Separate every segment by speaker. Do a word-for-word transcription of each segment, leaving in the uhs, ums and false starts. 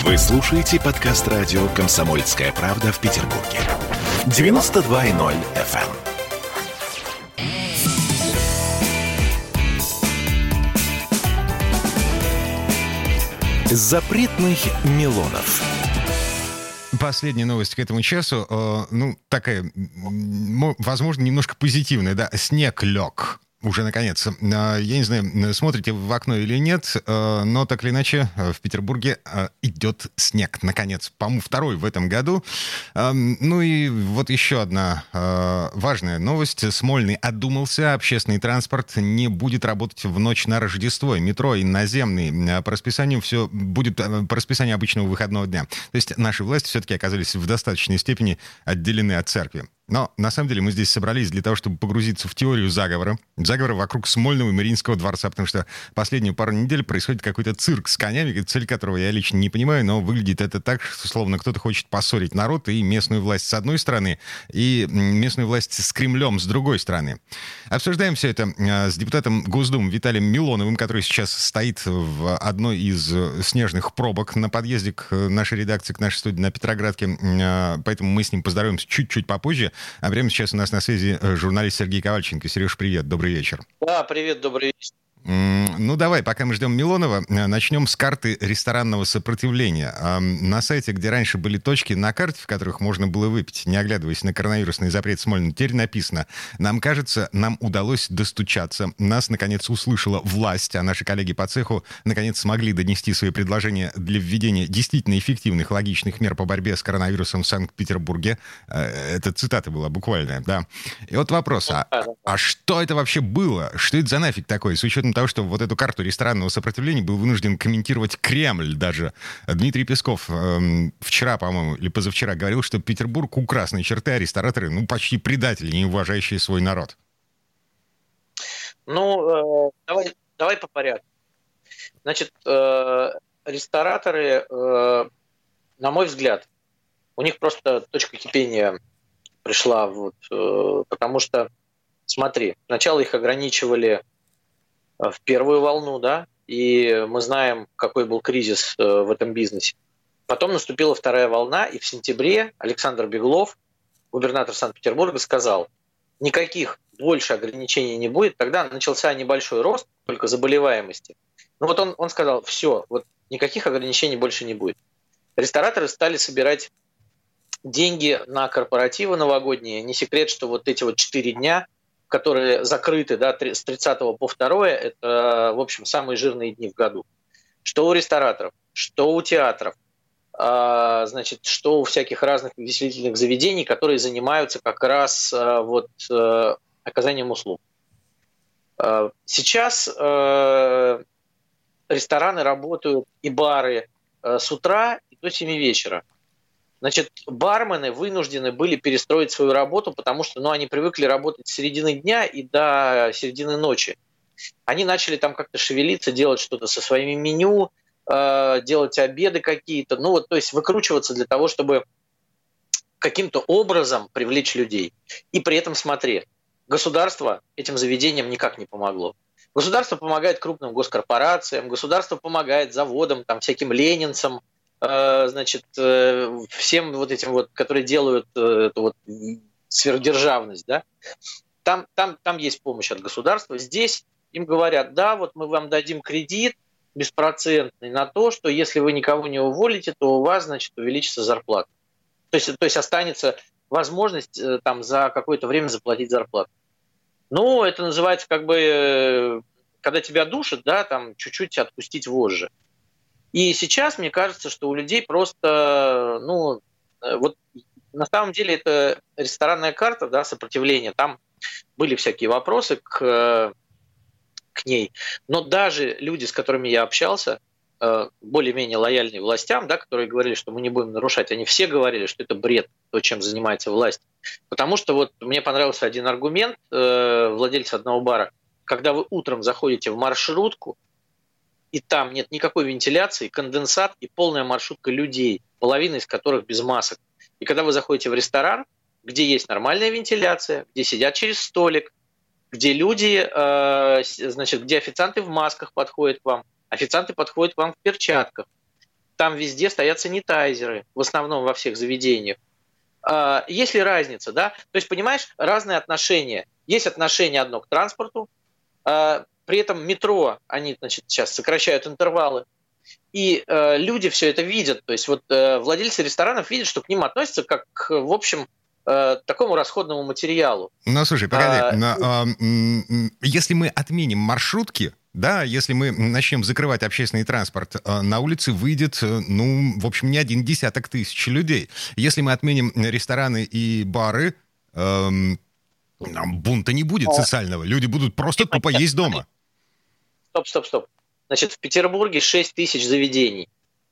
Speaker 1: Вы слушаете подкаст радио «Комсомольская правда» в Петербурге. девяносто два и ноль эф эм. Запретных Милонов.
Speaker 2: Последняя новость к этому часу, э, ну, такая, м- возможно, немножко позитивная, да, снег лег. Уже наконец. Я не знаю, смотрите в окно или нет, но так или иначе в Петербурге идет снег. Наконец, по-моему, второй в этом году. Ну и вот еще одна важная новость. Смольный одумался. Общественный транспорт не будет работать в ночь на Рождество. Метро и наземный по расписанию все будет по расписанию обычного выходного дня. То есть наши власти все-таки оказались в достаточной степени отделены от церкви. Но, на самом деле, мы здесь собрались для того, чтобы погрузиться в теорию заговора. Заговора вокруг Смольного и Мариинского дворца, потому что последнюю пару недель происходит какой-то цирк с конями, цель которого я лично не понимаю, но выглядит это так, что словно кто-то хочет поссорить народ и местную власть с одной стороны, и местную власть с Кремлем с другой стороны. Обсуждаем все это с депутатом Госдумы Виталием Милоновым, который сейчас стоит в одной из снежных пробок на подъезде к нашей редакции, к нашей студии на Петроградке, поэтому мы с ним поздороваемся чуть-чуть попозже. А прямо сейчас у нас на связи журналист Сергей Ковальченко. Сереж, привет, добрый вечер.
Speaker 3: Да, привет, добрый вечер.
Speaker 2: Ну, давай, пока мы ждем Милонова, начнем с карты ресторанного сопротивления. На сайте, где раньше были точки на карте, в которых можно было выпить, не оглядываясь на коронавирусный запрет Смольного, теперь написано: «Нам кажется, нам удалось достучаться. Нас, наконец, услышала власть, а наши коллеги по цеху, наконец, смогли донести свои предложения для введения действительно эффективных, логичных мер по борьбе с коронавирусом в Санкт-Петербурге». Это цитата была буквальная, да. И вот вопрос, а, а что это вообще было? Что это за нафиг такое? С учетом того, что вот эту карту ресторанного сопротивления был вынужден комментировать Кремль даже. Дмитрий Песков э, вчера, по-моему, или позавчера говорил, что Петербург у красной черты, а рестораторы, ну, почти предатели, не уважающие свой народ.
Speaker 3: Ну, э, давай, давай по порядку. Значит, э, рестораторы, э, на мой взгляд, у них просто точка кипения пришла, вот, э, потому что, смотри, сначала их ограничивали в первую волну, да, и мы знаем, какой был кризис в этом бизнесе. Потом наступила вторая волна, и в сентябре Александр Беглов, губернатор Санкт-Петербурга, сказал: никаких больше ограничений не будет. Тогда начался небольшой рост, только заболеваемости. Ну вот он, он сказал: все, вот никаких ограничений больше не будет. Рестораторы стали собирать деньги на корпоративы новогодние. Не секрет, что вот эти вот четыре дня, которые закрыты, да, с тридцатого по второе, это, в общем, самые жирные дни в году. Что у рестораторов, что у театров, а, значит, что у всяких разных увеселительных заведений, которые занимаются как раз а, вот, а, оказанием услуг. А, сейчас а, рестораны работают и бары а, с утра и до семи вечера. Значит, бармены вынуждены были перестроить свою работу, потому что, ну, они привыкли работать с середины дня и до середины ночи. Они начали там как-то шевелиться, делать что-то со своими меню, э, делать обеды какие-то, ну вот, то есть выкручиваться для того, чтобы каким-то образом привлечь людей. И при этом, смотри, государство этим заведениям никак не помогло. Государство помогает крупным госкорпорациям, государство помогает заводам, там, всяким ленинцам, значит, всем вот этим вот, которые делают эту вот сверхдержавность, да, там, там, там есть помощь от государства. Здесь им говорят: да, вот мы вам дадим кредит беспроцентный на то, что если вы никого не уволите, то у вас, значит, увеличится зарплата. То есть, то есть останется возможность там за какое-то время заплатить зарплату. Ну, это называется как бы, когда тебя душат, да, там чуть-чуть отпустить вожжи. И сейчас, мне кажется, что у людей просто, ну, вот на самом деле это ресторанная карта, да, сопротивления, там были всякие вопросы к, к ней, но даже люди, с которыми я общался, более-менее лояльные властям, да, которые говорили, что мы не будем нарушать, они все говорили, что это бред, то, чем занимается власть. Потому что вот мне понравился один аргумент владельца одного бара: когда вы утром заходите в маршрутку, и там нет никакой вентиляции, конденсат и полная маршрутка людей, половина из которых без масок. И когда вы заходите в ресторан, где есть нормальная вентиляция, где сидят через столик, где люди, значит, где официанты в масках подходят к вам, официанты подходят к вам в перчатках, там везде стоят санитайзеры, в основном во всех заведениях. Есть ли разница, да? То есть, понимаешь, разные отношения. Есть отношение одно к транспорту, при этом метро, они, значит, сейчас сокращают интервалы, и люди все это видят. То есть вот владельцы ресторанов видят, что к ним относятся как к, в общем, такому расходному материалу.
Speaker 2: Ну, слушай, погоди,
Speaker 3: а,
Speaker 2: но, а, если мы отменим маршрутки, да, если мы начнем закрывать общественный транспорт, на улице выйдет, ну, в общем, не один десяток тысяч людей. Если мы отменим рестораны и бары, эм, бунта не будет социального. Люди будут просто тупо есть дома.
Speaker 3: Стоп, стоп, стоп. Значит, в Петербурге шесть тысяч заведений.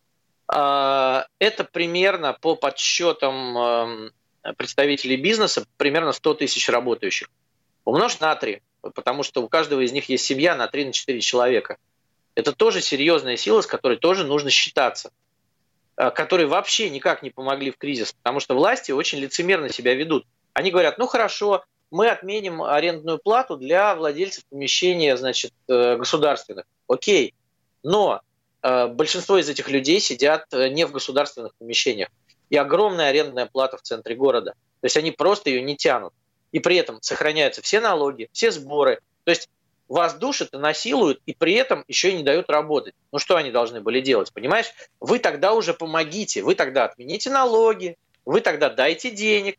Speaker 3: Это примерно, по подсчетам представителей бизнеса, примерно сто тысяч работающих. Умножь на три. Потому что у каждого из них есть семья на три-четыре человека. Это тоже серьезная сила, с которой тоже нужно считаться, которые вообще никак не помогли в кризис, потому что власти очень лицемерно себя ведут. Они говорят, ну хорошо, мы отменим арендную плату для владельцев помещения, значит, государственных. Окей, но большинство из этих людей сидят не в государственных помещениях. И огромная арендная плата в центре города. То есть они просто ее не тянут. И при этом сохраняются все налоги, все сборы. То есть вас душат и насилуют, и при этом еще и не дают работать. Ну что они должны были делать, понимаешь? Вы тогда уже помогите, вы тогда отмените налоги, вы тогда дайте денег.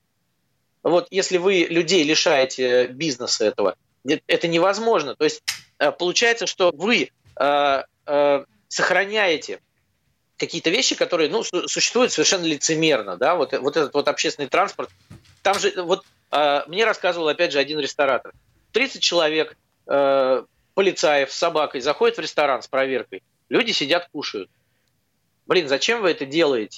Speaker 3: Вот если вы людей лишаете бизнеса этого, это невозможно. То есть получается, что вы э, э, сохраняете какие-то вещи, которые, ну, существуют совершенно лицемерно, да, вот, вот этот вот общественный транспорт. Там же, вот э, мне рассказывал, опять же, один ресторатор. тридцать человек, э, полицаев с собакой заходят в ресторан с проверкой. Люди сидят, кушают. Блин, зачем вы это делаете?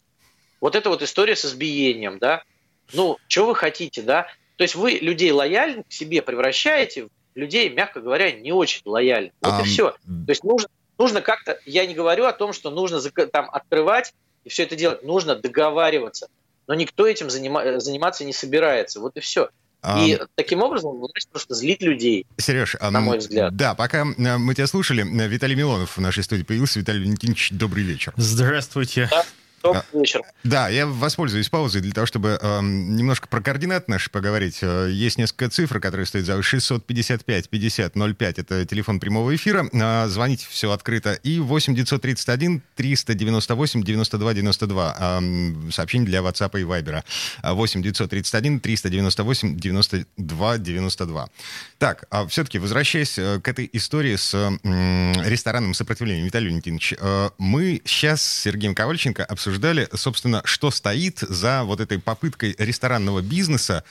Speaker 3: Вот это вот история с избиением, да. Ну, чего вы хотите, да? То есть вы людей лояльных к себе превращаете в людей, мягко говоря, не очень лояльных. Вот um... и все. То есть нужно, нужно как-то, я не говорю о том, что нужно там открывать и все это делать, нужно договариваться. Но никто этим занима- заниматься не собирается. Вот и все. Um... И таким образом власть просто злит людей,
Speaker 2: Сереж,
Speaker 3: на um... мой взгляд.
Speaker 2: Да, пока мы тебя слушали, Виталий Милонов в нашей студии появился. Виталий Валентинович, добрый вечер.
Speaker 4: Здравствуйте.
Speaker 3: Да. Добрый вечер.
Speaker 2: Да, я воспользуюсь паузой для того, чтобы э, немножко про координаты наши поговорить. Есть несколько цифр, которые стоят за шестьсот пятьдесят пять пятьдесят ноль пять. Это телефон прямого эфира. Э, звоните, все открыто. И восемь девятьсот тридцать один триста девяносто восемь девяносто два девяносто два. Э, сообщение для WhatsApp и Viber. восемь девятьсот тридцать один триста девяносто восемь девяносто два девяносто два. Так, а все-таки возвращаясь к этой истории с э, ресторанным сопротивлением, Виталий Валентинович, э, мы сейчас с Сергеем Ковальченко обсуждаем обсуждали, собственно, что стоит за вот этой попыткой ресторанного бизнеса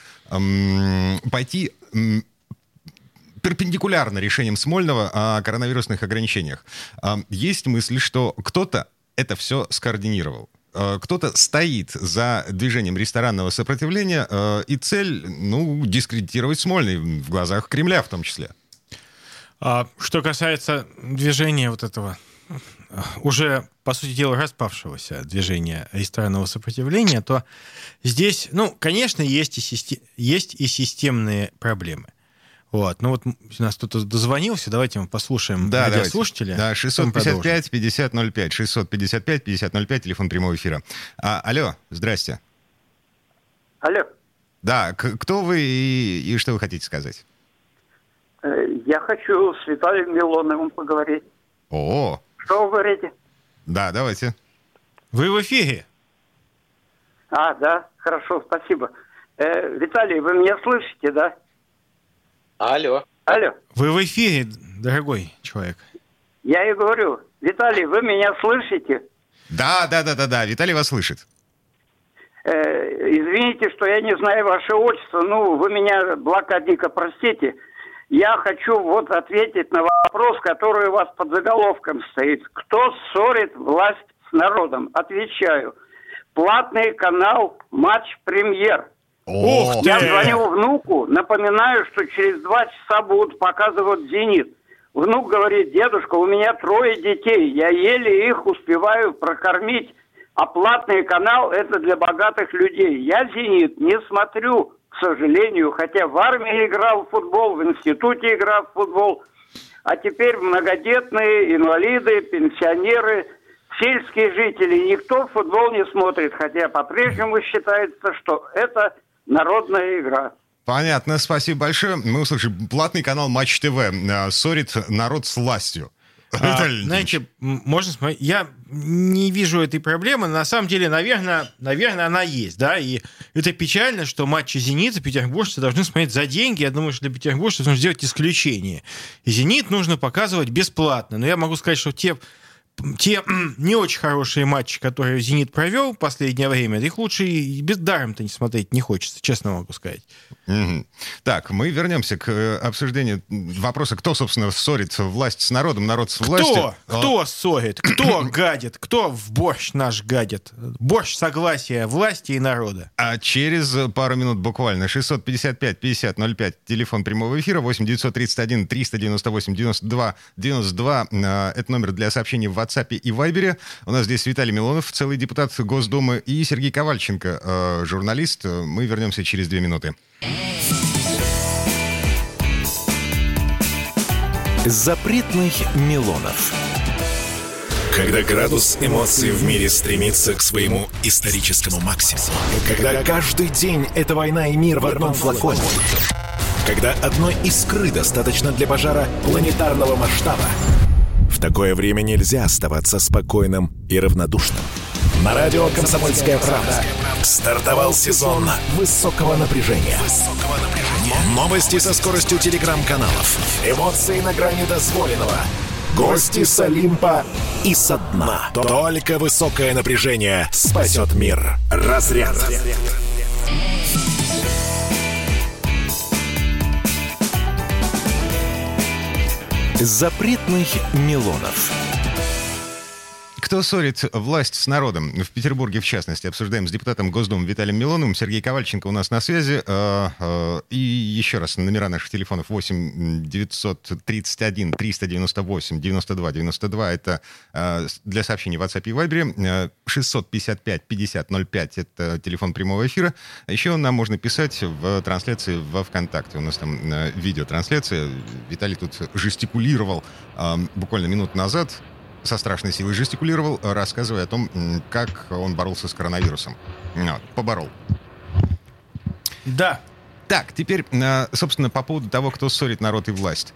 Speaker 2: эм, пойти эм, перпендикулярно решениям Смольного о коронавирусных ограничениях. Эм, есть мысль, что кто-то это все скоординировал. Э, кто-то стоит за движением ресторанного сопротивления, э, и цель, ну, дискредитировать Смольный в глазах Кремля в том числе.
Speaker 4: А, что касается движения вот этого уже, по сути дела, распавшегося движения ресторанного сопротивления, то здесь, ну, конечно, есть и, систем... есть и системные проблемы. Вот. Ну вот у нас кто-то дозвонился, давайте мы послушаем
Speaker 2: да,
Speaker 4: радиослушателя.
Speaker 2: Да, шестьсот пятьдесят пять пятьдесят ноль пять, шестьсот пятьдесят пять пятьдесят ноль пять, телефон прямого эфира. А, алло, здрасте.
Speaker 5: Алло.
Speaker 2: Да, к- кто вы и, и что вы хотите сказать?
Speaker 5: Я хочу с Виталием Милоновым поговорить.
Speaker 2: О,
Speaker 5: Что вы говорите?
Speaker 2: Да, давайте.
Speaker 4: Вы в эфире.
Speaker 5: А, да, хорошо, спасибо. Э, Виталий, вы меня слышите, да?
Speaker 3: Алло.
Speaker 5: Алло.
Speaker 4: Вы в эфире, дорогой человек.
Speaker 5: Я и говорю, Виталий, вы меня слышите?
Speaker 2: Да, да, да, да, да, Виталий вас слышит.
Speaker 5: Э, извините, что я не знаю ваше отчество, ну, вы меня, блокадника, простите. Я хочу вот ответить на вопрос, который у вас под заголовком стоит. Кто ссорит власть с народом? Отвечаю. Платный канал «Матч Премьер».
Speaker 4: Ух ты!
Speaker 5: Я звоню внуку, напоминаю, что через два часа будут показывать «Зенит». Внук говорит: дедушка, у меня трое детей, я еле их успеваю прокормить, а платный канал – это для богатых людей. Я «Зенит» не смотрю, к сожалению, хотя в армии играл в футбол, в институте играл в футбол, а теперь многодетные, инвалиды, пенсионеры, сельские жители, никто в футбол не смотрит, хотя по-прежнему считается, что это народная игра.
Speaker 2: Понятно, спасибо большое. Мы услышали, платный канал Матч ТВ ссорит народ с властью.
Speaker 4: А, знаете, можно смотреть. Я не вижу этой проблемы. На самом деле, наверное, наверное, она есть, да. И это печально, что матчи «Зенита» петербуржцы должны смотреть за деньги. Я думаю, что для петербуржцев нужно сделать исключение. И «Зенит» нужно показывать бесплатно. Но я могу сказать, что те, те не очень хорошие матчи, которые «Зенит» провел в последнее время, их лучше и без даром-то не смотреть не хочется, честно могу сказать.
Speaker 2: Mm-hmm. Так, мы вернемся к обсуждению вопроса, кто, собственно, ссорит власть с народом, народ с властью.
Speaker 4: Кто? Кто ссорит? Кто гадит? Кто в борщ наш гадит? Борщ согласия власти и народа.
Speaker 2: А через пару минут буквально шестьсот пятьдесят пять пятьдесят ноль пять, телефон прямого эфира, восемь девятьсот тридцать один триста девяносто восемь девяносто два девяносто два. Это номер для сообщений в WhatsApp и Вайбере. У нас здесь Виталий Милонов, целый депутат Госдумы, и Сергей Ковальченко, журналист. Мы вернемся через две минуты.
Speaker 1: Запретных Милонов. Когда градус эмоций в мире стремится к своему историческому максимуму. Когда каждый день — это война и мир в одном флаконе. Когда одной искры достаточно для пожара планетарного масштаба. В такое время нельзя оставаться спокойным и равнодушным. На радио «Комсомольская правда» стартовал сезон высокого напряжения. Новости со скоростью телеграм-каналов. Эмоции на грани дозволенного. Гости с Олимпа и со дна. Только высокое напряжение спасет мир. Разряд. Запретных Милонов.
Speaker 2: Кто ссорит власть с народом? В Петербурге, в частности, обсуждаем с депутатом Госдумы Виталием Милоновым. Сергей Ковальченко у нас на связи. И еще раз, номера наших телефонов восемь девятьсот тридцать один триста девяносто восемь девяносто два девяносто два. Это для сообщений в WhatsApp и Viber. шестьсот пятьдесят пять пятьдесят ноль пять. Это телефон прямого эфира. Еще нам можно писать в трансляции во ВКонтакте. У нас там видеотрансляция. Виталий тут жестикулировал буквально минуту назад. Со страшной силой жестикулировал, рассказывая о том, как он боролся с коронавирусом. Вот, поборол.
Speaker 4: Да.
Speaker 2: Так, теперь, собственно, по поводу того, кто ссорит народ и власть.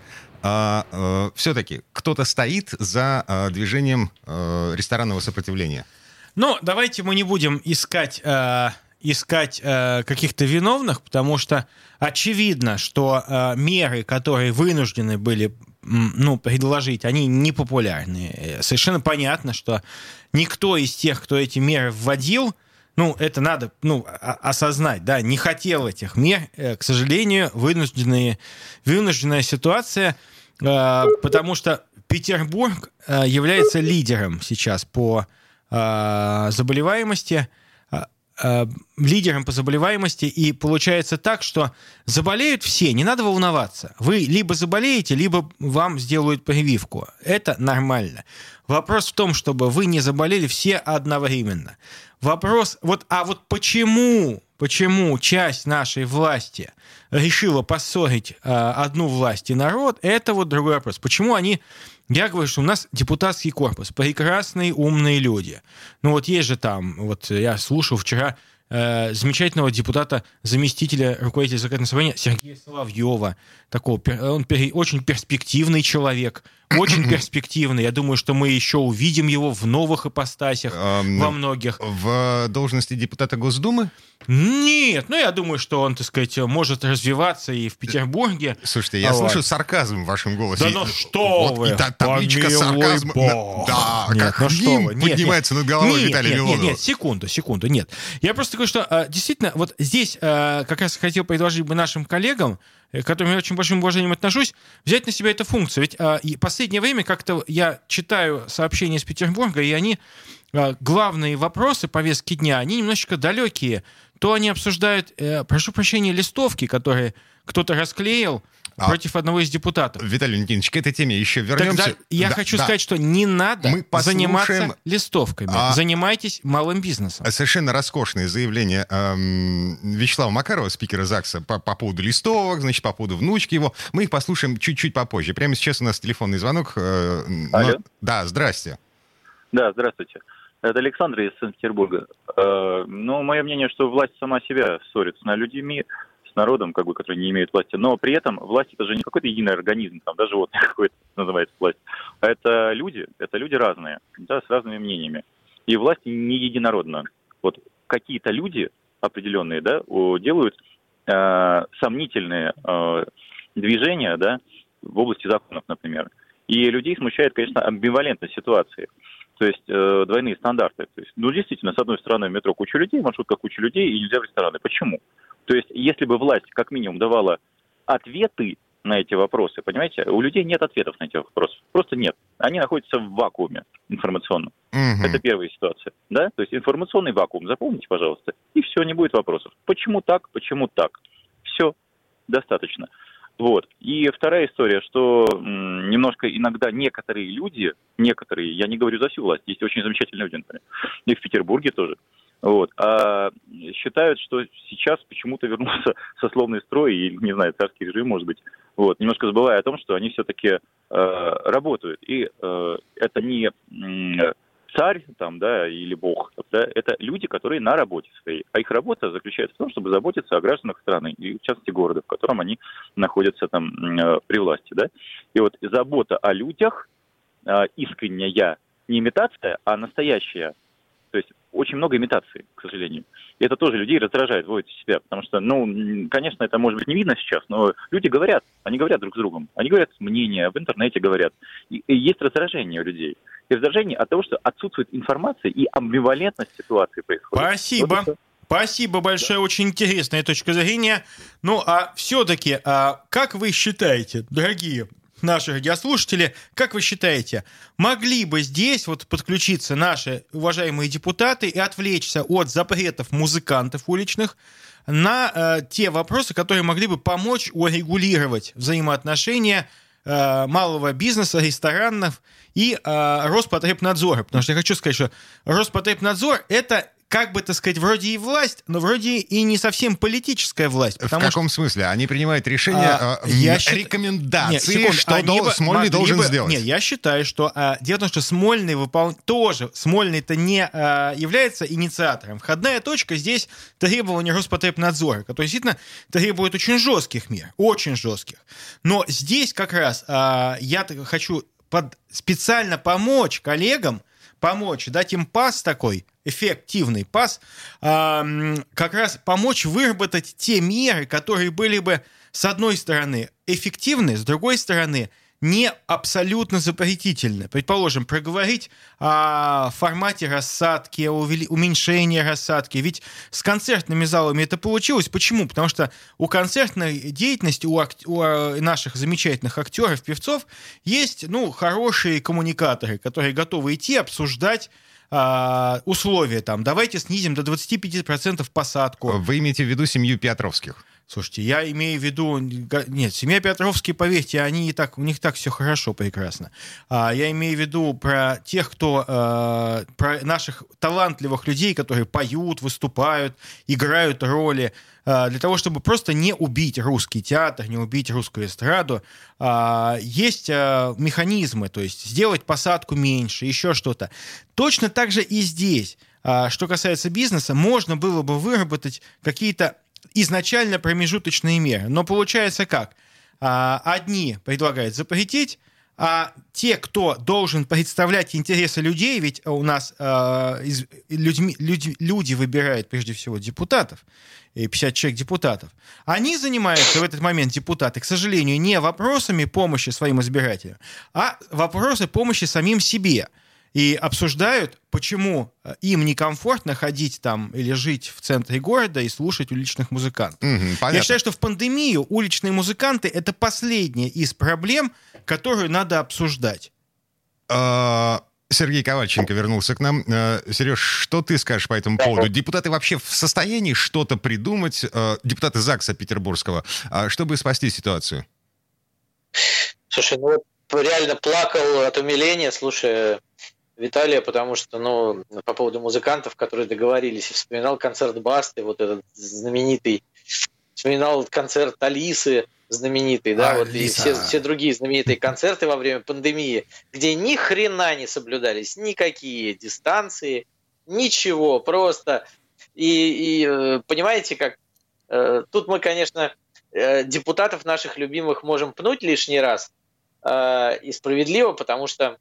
Speaker 2: Все-таки кто-то стоит за движением ресторанного сопротивления.
Speaker 4: Ну, давайте мы не будем искать... искать э, каких-то виновных, потому что очевидно, что э, меры, которые вынуждены были ну, предложить, они непопулярны. Совершенно понятно, что никто из тех, кто эти меры вводил, ну, это надо ну, осознать, да, не хотел этих мер, к сожалению, вынужденные, вынужденная ситуация, э, потому что Петербург э, является лидером сейчас по э, заболеваемости, лидером по заболеваемости, и получается так, что заболеют все, не надо волноваться. Вы либо заболеете, либо вам сделают прививку. Это нормально. Вопрос в том, чтобы вы не заболели все одновременно. Вопрос, вот, а вот почему, почему часть нашей власти решила поссорить э, одну власть и народ, это вот другой вопрос. Почему они... Я говорю, что у нас депутатский корпус, прекрасные, умные люди. Ну вот есть же там, вот я слушал вчера э, замечательного депутата, заместителя руководителя законодательного собрания Сергея Соловьева. Такого, он пер, очень перспективный человек, очень перспективный. Я думаю, что мы еще увидим его в новых ипостасях, um, во многих.
Speaker 2: В должности депутата Госдумы?
Speaker 4: Нет, ну я думаю, что он, так сказать, может развиваться и в Петербурге.
Speaker 2: Слушайте, я а слышу вот. сарказм в вашем голосе.
Speaker 4: Да ну что
Speaker 2: вот,
Speaker 4: вы!
Speaker 2: И та табличка сарказма. Да,
Speaker 4: нет,
Speaker 2: как
Speaker 4: ну
Speaker 2: что вы?
Speaker 4: Нет,
Speaker 2: поднимается
Speaker 4: нет,
Speaker 2: над головой
Speaker 4: нет,
Speaker 2: Виталия
Speaker 4: нет,
Speaker 2: Милонова.
Speaker 4: Нет, нет, секунду, секунду, нет. Я просто говорю, что действительно, вот здесь как раз хотел предложить бы нашим коллегам, к которым я очень большим уважением отношусь, взять на себя эту функцию. Ведь а, и последнее время как-то я читаю сообщения из Петербурга, и они, а, главные вопросы повестки дня, они немножечко далекие. То они обсуждают, э, прошу прощения, листовки, которые кто-то расклеил а, против одного из депутатов.
Speaker 2: Виталий Валентинович, к этой теме еще вернемся.
Speaker 4: Тогда я
Speaker 2: да,
Speaker 4: хочу
Speaker 2: да.
Speaker 4: сказать, что не надо Мы заниматься листовками. А... Занимайтесь малым бизнесом.
Speaker 2: Совершенно роскошное заявление эм, Вячеслава Макарова, спикера ЗАГСа, по, по поводу листовок, значит, по поводу внучки его. Мы их послушаем чуть-чуть попозже. Прямо сейчас у нас телефонный звонок. Э,
Speaker 6: Алло.
Speaker 2: Но... Да, здрасте.
Speaker 6: Да, здравствуйте. Это Александр из Санкт-Петербурга. Э, ну, мое мнение, что власть сама себя ссорит с людьми, с народом, как бы, который не имеет власти. Но при этом власть это же не какой-то единый организм, там, да, животное какое-то называется власть. А это люди, это люди разные, да, с разными мнениями. И власть не единородна. Вот какие-то люди определенные, да, делают э, сомнительные э, движения, да, в области законов, например. И людей смущает, конечно, амбивалентность ситуации. То есть э, двойные стандарты. То есть, ну, действительно, с одной стороны, в метро куча людей, в маршрутках куча людей, и нельзя в рестораны. Почему? То есть, если бы власть, как минимум, давала ответы на эти вопросы, понимаете, у людей нет ответов на эти вопросы. Просто нет. Они находятся в вакууме информационном. Mm-hmm. Это первая ситуация. Да? То есть, информационный вакуум, запомните, пожалуйста, и все, не будет вопросов. Почему так, почему так? Все, достаточно. Вот. И вторая история, что м, немножко иногда некоторые люди, некоторые, я не говорю за всю власть, есть очень замечательные люди, например, и в Петербурге тоже, вот, а считают, что сейчас почему-то вернулся сословный строй, и, не знаю, царский режим, может быть, вот, немножко забывая о том, что они все-таки э, работают. И э, это не э, царь, там, да, или бог, да, это люди, которые на работе своей. А их работа заключается в том, чтобы заботиться о гражданах страны, и в частности города, в котором они находятся там э, при власти, да. И вот забота о людях, э, искренняя, не имитация, а настоящая. То есть очень много имитации, к сожалению. И это тоже людей раздражает, вводит в себя. Потому что, ну, конечно, это может быть не видно сейчас, но люди говорят, они говорят друг с другом. Они говорят мнение, в интернете говорят. И, и есть раздражение у людей. И раздражение от того, что отсутствует информация и амбивалентность ситуации происходит.
Speaker 4: Спасибо. Вот Спасибо большое, да. Очень интересная точка зрения. Ну, а все-таки, а как вы считаете, дорогие наши радиослушатели, как вы считаете, могли бы здесь вот подключиться наши уважаемые депутаты и отвлечься от запретов музыкантов уличных на э, те вопросы, которые могли бы помочь урегулировать взаимоотношения э, малого бизнеса, ресторанов и э, Роспотребнадзора? Потому что я хочу сказать, что Роспотребнадзор — это, как бы, так сказать, вроде и власть, но вроде и не совсем политическая власть.
Speaker 2: В каком что... смысле? Они принимают решения, а, э, я рекомендации, нет, секунду, что дол... Смольный должен бы... сделать?
Speaker 4: Нет, я считаю, что... А, дело в том, что Смольный выпол... тоже... Смольный-то не а, является инициатором. Входная точка здесь требование Роспотребнадзора, который действительно требует очень жестких мер, очень жестких. Но здесь как раз а, я хочу под... специально помочь коллегам, помочь, дать им пас такой, эффективный пас, э, как раз помочь выработать те меры, которые были бы, с одной стороны, эффективны, с другой стороны, не абсолютно запретительны. Предположим, проговорить о формате рассадки, о уменьшении рассадки. Ведь с концертными залами это получилось. Почему? Потому что у концертной деятельности, у, ак- у наших замечательных актеров, певцов есть, ну, хорошие коммуникаторы, которые готовы идти обсуждать э, условия. Там, давайте снизим до двадцать пять процентов посадку.
Speaker 2: Вы имеете в виду семью Петровских?
Speaker 4: Слушайте, я имею в виду... Нет, семья Петровские, поверьте, они и так, у них так все хорошо, прекрасно. А, я имею в виду про тех, кто... А, про наших талантливых людей, которые поют, выступают, играют роли, а, для того, чтобы просто не убить русский театр, не убить русскую эстраду. А, есть а, механизмы, то есть сделать посадку меньше, еще что-то. Точно так же и здесь. А, что касается бизнеса, можно было бы выработать какие-то изначально промежуточные меры. Но получается как? Одни предлагают запретить, а те, кто должен представлять интересы людей, ведь у нас людьми, люди, люди выбирают прежде всего депутатов, и пятьдесят человек депутатов, они занимаются в этот момент, депутаты, к сожалению, не вопросами помощи своим избирателям, а вопросы помощи самим себе. И обсуждают, почему им некомфортно ходить там или жить в центре города и слушать уличных музыкантов. Угу, я считаю, что в пандемию уличные музыканты — это последняя из проблем, которую надо обсуждать.
Speaker 2: Сергей Ковальченко вернулся к нам. Сереж, что ты скажешь по этому поводу? Депутаты вообще в состоянии что-то придумать, депутаты ЗАГСа Петербургского, чтобы спасти ситуацию?
Speaker 3: Слушай, ну реально плакал от умиления, слушая Виталия, потому что, ну, по поводу музыкантов, которые договорились, вспоминал концерт Басты, вот этот знаменитый, вспоминал концерт Алисы, знаменитый, да, вот и
Speaker 2: Алиса.
Speaker 3: все, все другие знаменитые концерты во время пандемии, где ни хрена не соблюдались никакие дистанции, ничего, просто. И, и понимаете, как э, тут мы, конечно, э, депутатов наших любимых можем пнуть лишний раз, э, и справедливо, потому что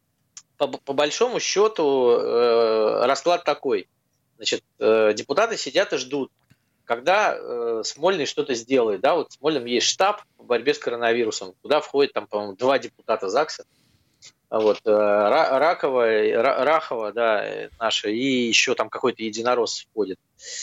Speaker 3: по, по большому счету э, расклад такой. Значит, э, депутаты сидят и ждут, когда э, Смольный что-то сделает. Да, вот в Смольном есть штаб по борьбе с коронавирусом, куда входит, там, по-моему, два депутата ЗАГСа. Вот, э, Ракова, Рахова, да, наша, и еще там какой-то единорос входит.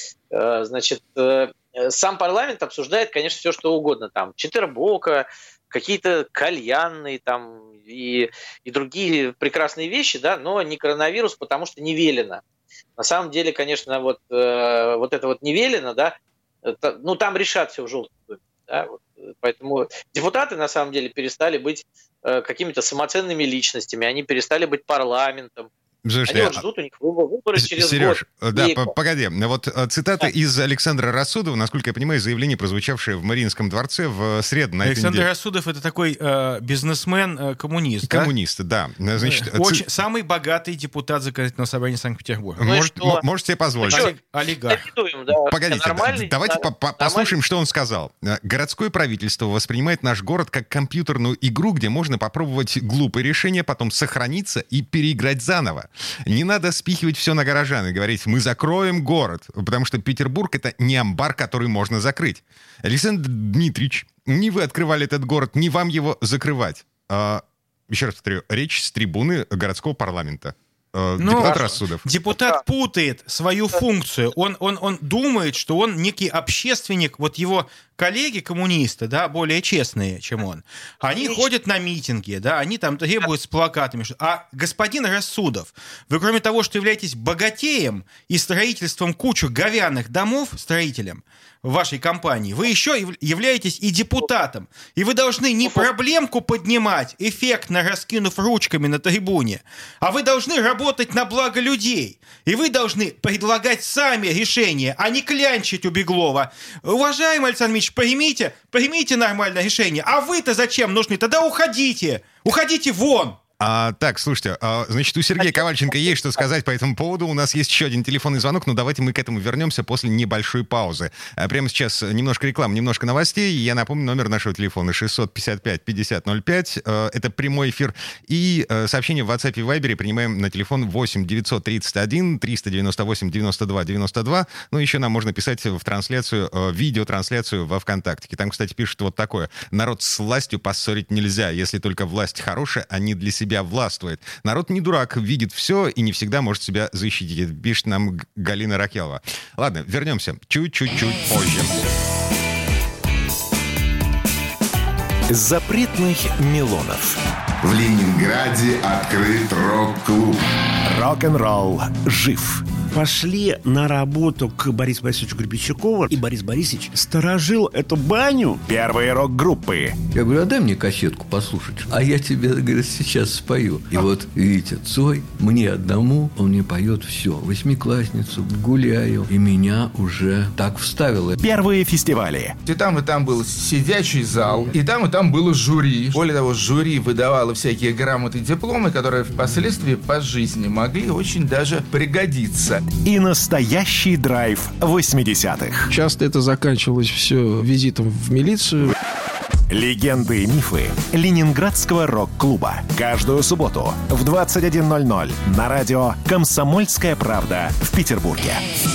Speaker 3: Э, значит, э, сам парламент обсуждает, конечно, все, что угодно. Там Четвербока, какие-то кальянные там и, и другие прекрасные вещи, да, но не коронавирус, потому что не велено. На самом деле, конечно, вот, э, вот это вот не велено, да, это, ну, там решат все в желтом доме. Да, вот, поэтому депутаты, на самом деле, перестали быть э, какими-то самоценными личностями, они перестали быть парламентом.
Speaker 2: Слушайте,
Speaker 3: они вот ждут, у них выборы, выборы через
Speaker 2: Сереж,
Speaker 3: год.
Speaker 2: да,
Speaker 3: И...
Speaker 2: погоди. Вот цитата да. из Александра Рассудова, насколько я понимаю, заявление, прозвучавшее в Мариинском дворце в среду на этой неделе.
Speaker 4: Александр Рассудов — это такой э, бизнесмен-коммунист,
Speaker 2: Коммунист, да? да. Значит,
Speaker 4: Очень,
Speaker 2: ци...
Speaker 4: Самый богатый депутат законодательного собрания Санкт-Петербурга.
Speaker 3: Ну
Speaker 2: Может, м- можете себе позволить.
Speaker 3: Ну,
Speaker 4: олигарх.
Speaker 3: Да,
Speaker 2: Погодите, давайте по- по- послушаем, что он сказал. Городское правительство воспринимает наш город как компьютерную игру, где можно попробовать глупые решения, потом сохраниться и переиграть заново. Не надо спихивать все на горожан и говорить, мы закроем город, потому что Петербург — это не амбар, который можно закрыть. Александр Дмитриевич, не вы открывали этот город, не вам его закрывать. А, еще раз повторю, речь с трибуны городского парламента.
Speaker 4: Ну,
Speaker 2: депутат Рассудов.
Speaker 4: Депутат путает свою функцию. Он, он, он думает, что он некий общественник. Вот его коллеги-коммунисты, да, более честные, чем он, они ходят на митинги, да, они там требуют с плакатами. А господин Рассудов, вы кроме того, что являетесь богатеем и строительством кучу говяных домов, строителем в вашей компании, вы еще являетесь и депутатом. И вы должны не проблемку поднимать, эффектно раскинув ручками на трибуне, а вы должны работать на благо людей. И вы должны предлагать сами решения, а не клянчить у Беглова. Уважаемый Александр Ильич, примите, примите нормальное решение. А вы-то зачем нужны? Тогда уходите. Уходите вон.
Speaker 2: А, так, слушайте, а, значит, у Сергея Ковальченко есть что сказать по этому поводу. У нас есть еще один телефонный звонок, но давайте мы к этому вернемся после небольшой паузы. А прямо сейчас немножко рекламы, немножко новостей. Я напомню, номер нашего телефона шестьсот пятьдесят пять пятьдесят ноль пять. Это прямой эфир. И сообщения в WhatsApp и Viber принимаем на телефон восемь девятьсот тридцать один триста девяносто восемь девяносто два девяносто два. Ну, еще нам можно писать в трансляцию, видеотрансляцию во ВКонтакте. Там, кстати, пишут вот такое. Народ с властью поссорить нельзя, если только власть хорошая, а не для себя властвует. Народ не дурак, видит все и не всегда может себя защитить. Пишет нам Галина Ракелова. Ладно, вернемся чуть-чуть-чуть позже.
Speaker 1: Запретных Милонов.
Speaker 7: В Ленинграде открыт рок-клуб.
Speaker 1: Рок-н-ролл жив.
Speaker 8: Пошли на работу к Борису Борисовичу Гребенщикову, и Борис Борисович сторожил эту баню.
Speaker 1: Первые рок-группы.
Speaker 9: Я говорю, а дай мне кассетку послушать. А я тебе, говорит, сейчас спою. И вот, видите, Цой, мне одному, он мне поет все. Восьмиклассницу, гуляю. И меня уже так вставило.
Speaker 1: Первые фестивали.
Speaker 10: И там, и там был сидячий зал, и там, и там было жюри. Более того, жюри выдавало всякие грамоты и дипломы, которые впоследствии по жизни могли очень даже пригодиться.
Speaker 1: И настоящий драйв восьмидесятых.
Speaker 11: Часто это заканчивалось все визитом в милицию.
Speaker 1: Легенды и мифы Ленинградского рок-клуба. Каждую субботу в двадцать один ноль ноль на радио «Комсомольская правда» в Петербурге.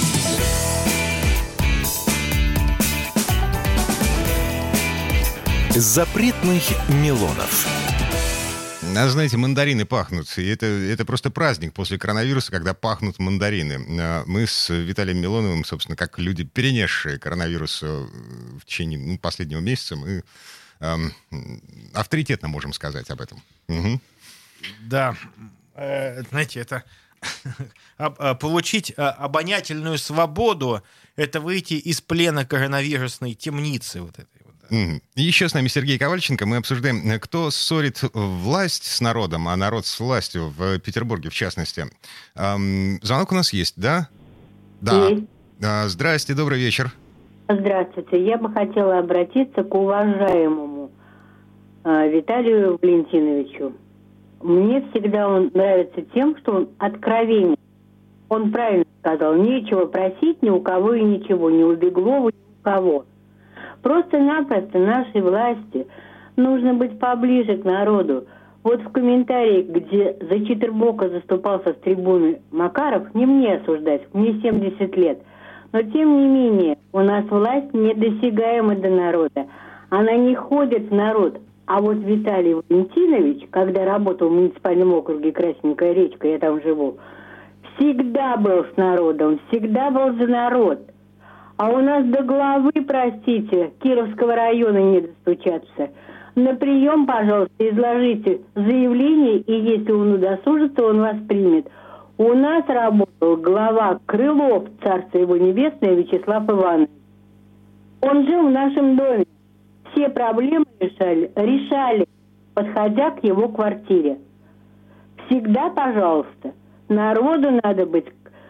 Speaker 1: Запретных Милонов.
Speaker 2: А знаете, мандарины пахнут. И это, это просто праздник после коронавируса, когда пахнут мандарины. Мы с Виталием Милоновым, собственно, как люди, перенесшие коронавирус в течение ну, последнего месяца, мы эм, авторитетно можем сказать об этом. Угу.
Speaker 4: Да, э, знаете, это получить обонятельную свободу, это выйти из плена коронавирусной темницы вот этой.
Speaker 2: И еще с нами Сергей Ковальченко. Мы обсуждаем, кто ссорит власть с народом, а народ с властью в Петербурге, в частности. Эм, звонок у нас есть, да? Да. Mm-hmm. Здрасте, добрый вечер.
Speaker 12: Здравствуйте. Я бы хотела обратиться к уважаемому э, Виталию Валентиновичу. Мне всегда он нравится тем, что он откровенен. Он правильно сказал, нечего просить ни у кого и ничего, ни у Беглова, ни у кого. Просто-напросто нашей власти нужно быть поближе к народу. Вот в комментариях, где за Читербока заступался с трибуны Макаров, не мне осуждать, мне семьдесят лет. Но тем не менее, у нас власть недосягаема до народа. Она не ходит в народ. А вот Виталий Валентинович, когда работал в муниципальном округе Красненькая речка, я там живу, всегда был с народом, всегда был за народ. А у нас до главы, простите, Кировского района не достучаться. На прием, пожалуйста, изложите заявление, и если он удосужится, он вас примет. У нас работал глава Крылов, царство его небесное, Вячеслав Иванович. Он жил в нашем доме. Все проблемы решали, решали, подходя к его квартире. Всегда, пожалуйста, народу надо быть,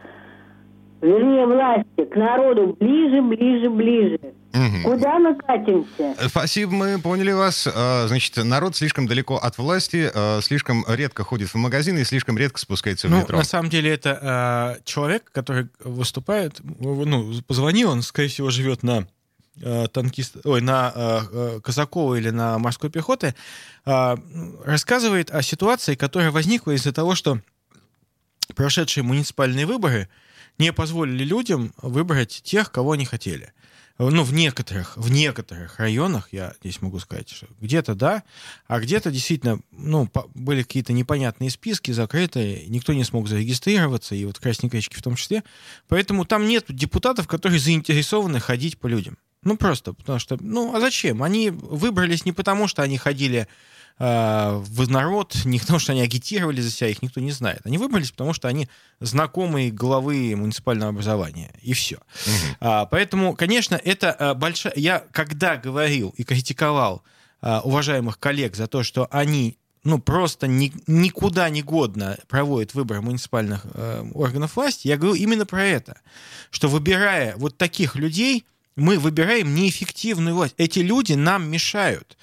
Speaker 12: вернее, власти, к народу ближе, ближе, ближе. Угу. Куда мы катимся?
Speaker 2: Спасибо, мы поняли вас. Значит, народ слишком далеко от власти, слишком редко ходит в магазины и слишком редко спускается в
Speaker 4: ну,
Speaker 2: метро.
Speaker 4: На самом деле это э, человек, который выступает, ну, позвонил, он, скорее всего, живет на э, танкист, ой, на э, Казакова или на морской пехоте, э, рассказывает о ситуации, которая возникла из-за того, что прошедшие муниципальные выборы не позволили людям выбрать тех, кого они хотели. Ну, в некоторых, в некоторых районах, я здесь могу сказать, что где-то да, а где-то действительно, ну, были какие-то непонятные списки, закрытые, никто не смог зарегистрироваться, и вот Красненькой речки в том числе. Поэтому там нет депутатов, которые заинтересованы ходить по людям. Ну, просто потому что, ну, а зачем? Они выбрались не потому, что они ходили э, в народ, не потому, что они агитировали за себя, их никто не знает. Они выбрались, потому что они знакомые главы муниципального образования, и все. Угу. А, поэтому, конечно, это а, большая... Я когда говорил и критиковал а, уважаемых коллег за то, что они ну, просто ни, никуда не годно проводят выборы муниципальных э, органов власти, я говорю именно про это, что выбирая вот таких людей, мы выбираем неэффективную власть. Эти люди нам мешают.